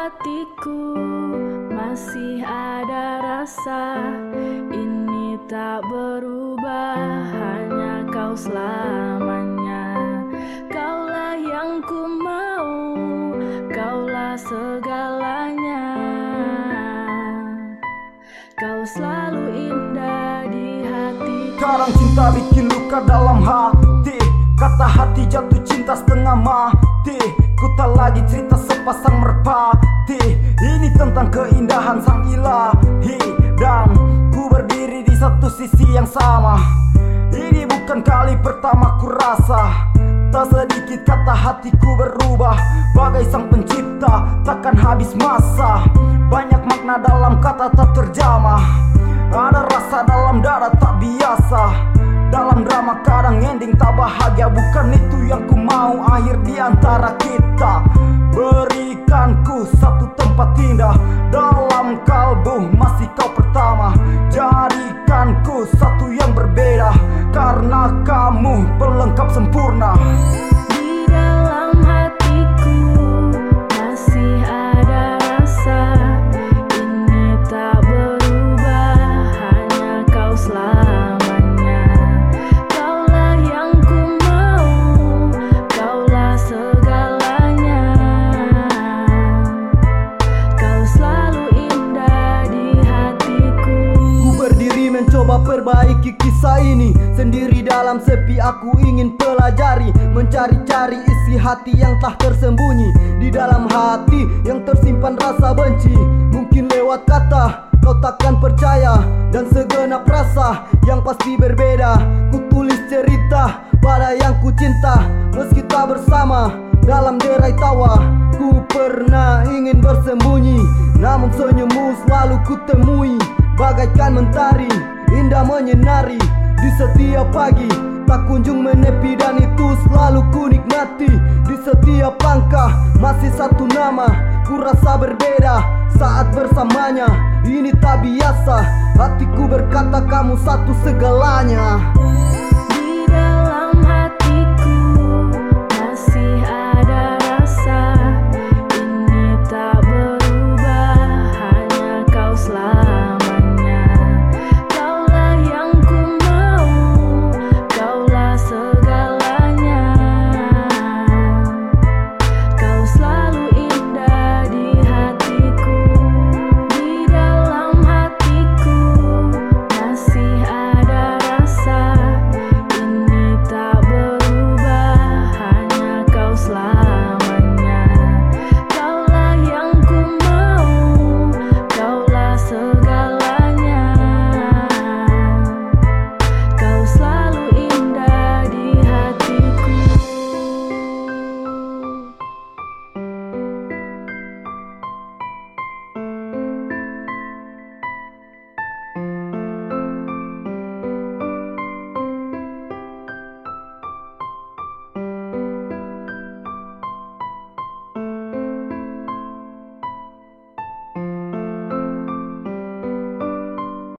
hatiku masih ada rasa, ini tak berubah, hanya kau selamanya. Kaulah yang ku mau, kaulah segalanya. Kau selalu indah di hatiku. Kadang cinta bikin luka dalam hati, kata hati jatuh cinta setengah mati. Ku tak lagi cerita sepasang merpati, ini tentang keindahan sang ilahi. Dan ku berdiri di satu sisi yang sama, ini bukan kali pertama ku rasa. Tak sedikit kata hatiku berubah, bagai sang pencipta takkan habis masa. Banyak makna dalam kata tak terjamah, ada rasa dalam dada tak biasa. Dalam drama kadang ending tak bahagia, bukan itu yang ku mau akhir di antara kita. Berikan ku satu tempat indah dalam kalbu, masih kau pertama. Jadikan ku satu yang berbeda, karena kamu pelengkap sempurna. Di dalam hatiku masih ada rasa, ini tak berubah, hanya kau selamanya. Kaulah yang ku mau, kaulah segalanya. Kau selalu indah di hatiku. Ku berdiri mencoba perbaiki kisah ini. Sendiri dalam sepi aku ingin pelajari, mencari-cari isi hati yang telah tersembunyi. Di dalam hati yang tersimpan rasa benci, mungkin lewat kata kau takkan percaya. Dan segenap rasa yang pasti berbeda, ku tulis cerita pada yang ku cinta. Meski tak bersama dalam derai tawa, ku pernah ingin bersembunyi, namun senyummu selalu ku temui. Bagaikan mentari indah menyinari di setiap pagi, tak kunjung menepi dan itu selalu ku nikmati. Di setiap langkah masih satu nama, ku rasa berbeda saat bersamanya. Ini tak biasa, hatiku berkata kamu satu segalanya.